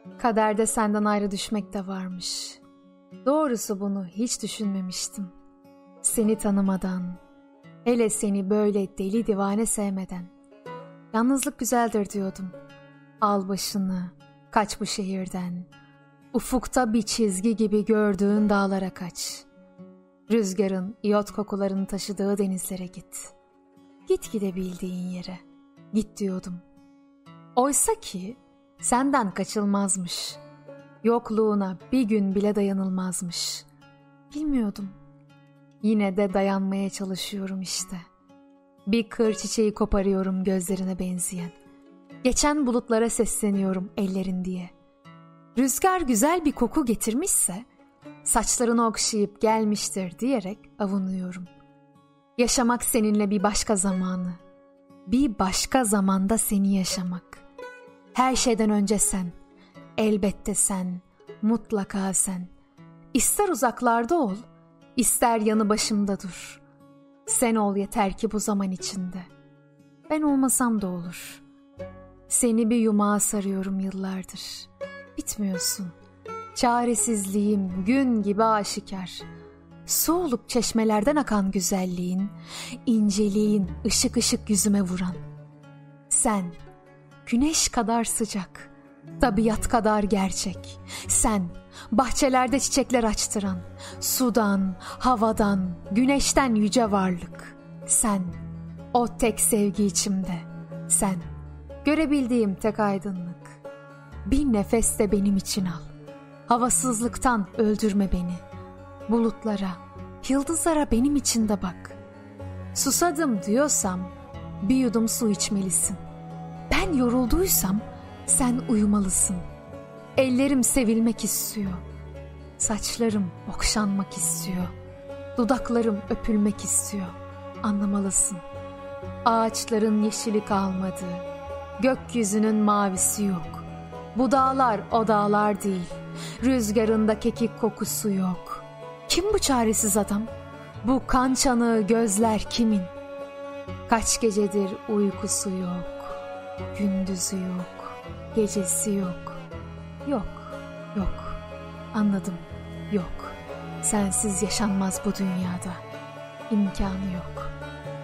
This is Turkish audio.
Kaderde senden ayrı düşmek de varmış. Doğrusu bunu hiç düşünmemiştim. Seni tanımadan, hele seni böyle deli divane sevmeden. Yalnızlık güzeldir diyordum. Al başını, kaç bu şehirden. Ufukta bir çizgi gibi gördüğün dağlara kaç. Rüzgarın iyot kokularını taşıdığı denizlere git. Git gidebildiğin yere. Git diyordum. Oysa ki senden kaçılmazmış. Yokluğuna bir gün bile dayanılmazmış. Bilmiyordum. Yine de dayanmaya çalışıyorum işte. Bir kır çiçeği koparıyorum gözlerine benzeyen. Geçen bulutlara sesleniyorum ellerin diye. Rüzgar güzel bir koku getirmişse saçlarını okşayıp gelmiştir diyerek avunuyorum. Yaşamak seninle bir başka zamanı. Bir başka zamanda seni yaşamak. Her şeyden önce sen. Elbette sen. Mutlaka sen. İster uzaklarda ol, ister yanı başımda dur. Sen ol yeter ki bu zaman içinde. Ben olmasam da olur. Seni bir yumağa sarıyorum yıllardır. Bitmiyorsun. Çaresizliğim gün gibi aşikar. Su olup çeşmelerden akan güzelliğin, inceliğin ışık ışık yüzüme vuran. Sen, güneş kadar sıcak, tabiat kadar gerçek. Sen, bahçelerde çiçekler açtıran, sudan, havadan, güneşten yüce varlık. Sen, o tek sevgi içimde. Sen, görebildiğim tek aydınlık. Bir nefes de benim için al. Havasızlıktan öldürme beni. Bulutlara, yıldızlara benim için de bak. Susadım diyorsam bir yudum su içmelisin. Ben yorulduysam sen uyumalısın. Ellerim sevilmek istiyor. Saçlarım okşanmak istiyor. Dudaklarım öpülmek istiyor. Anlamalısın. Ağaçların yeşili kalmadı. Gökyüzünün mavisi yok. Bu dağlar o dağlar değil. Rüzgarında kekik kokusu yok. Kim bu çaresiz adam? Bu kan çanağı gözler kimin? Kaç gecedir uykusu yok. Gündüzü yok. Gecesi yok. Yok, yok. Anladım. Yok. Sensiz yaşanmaz bu dünyada. İmkanı yok.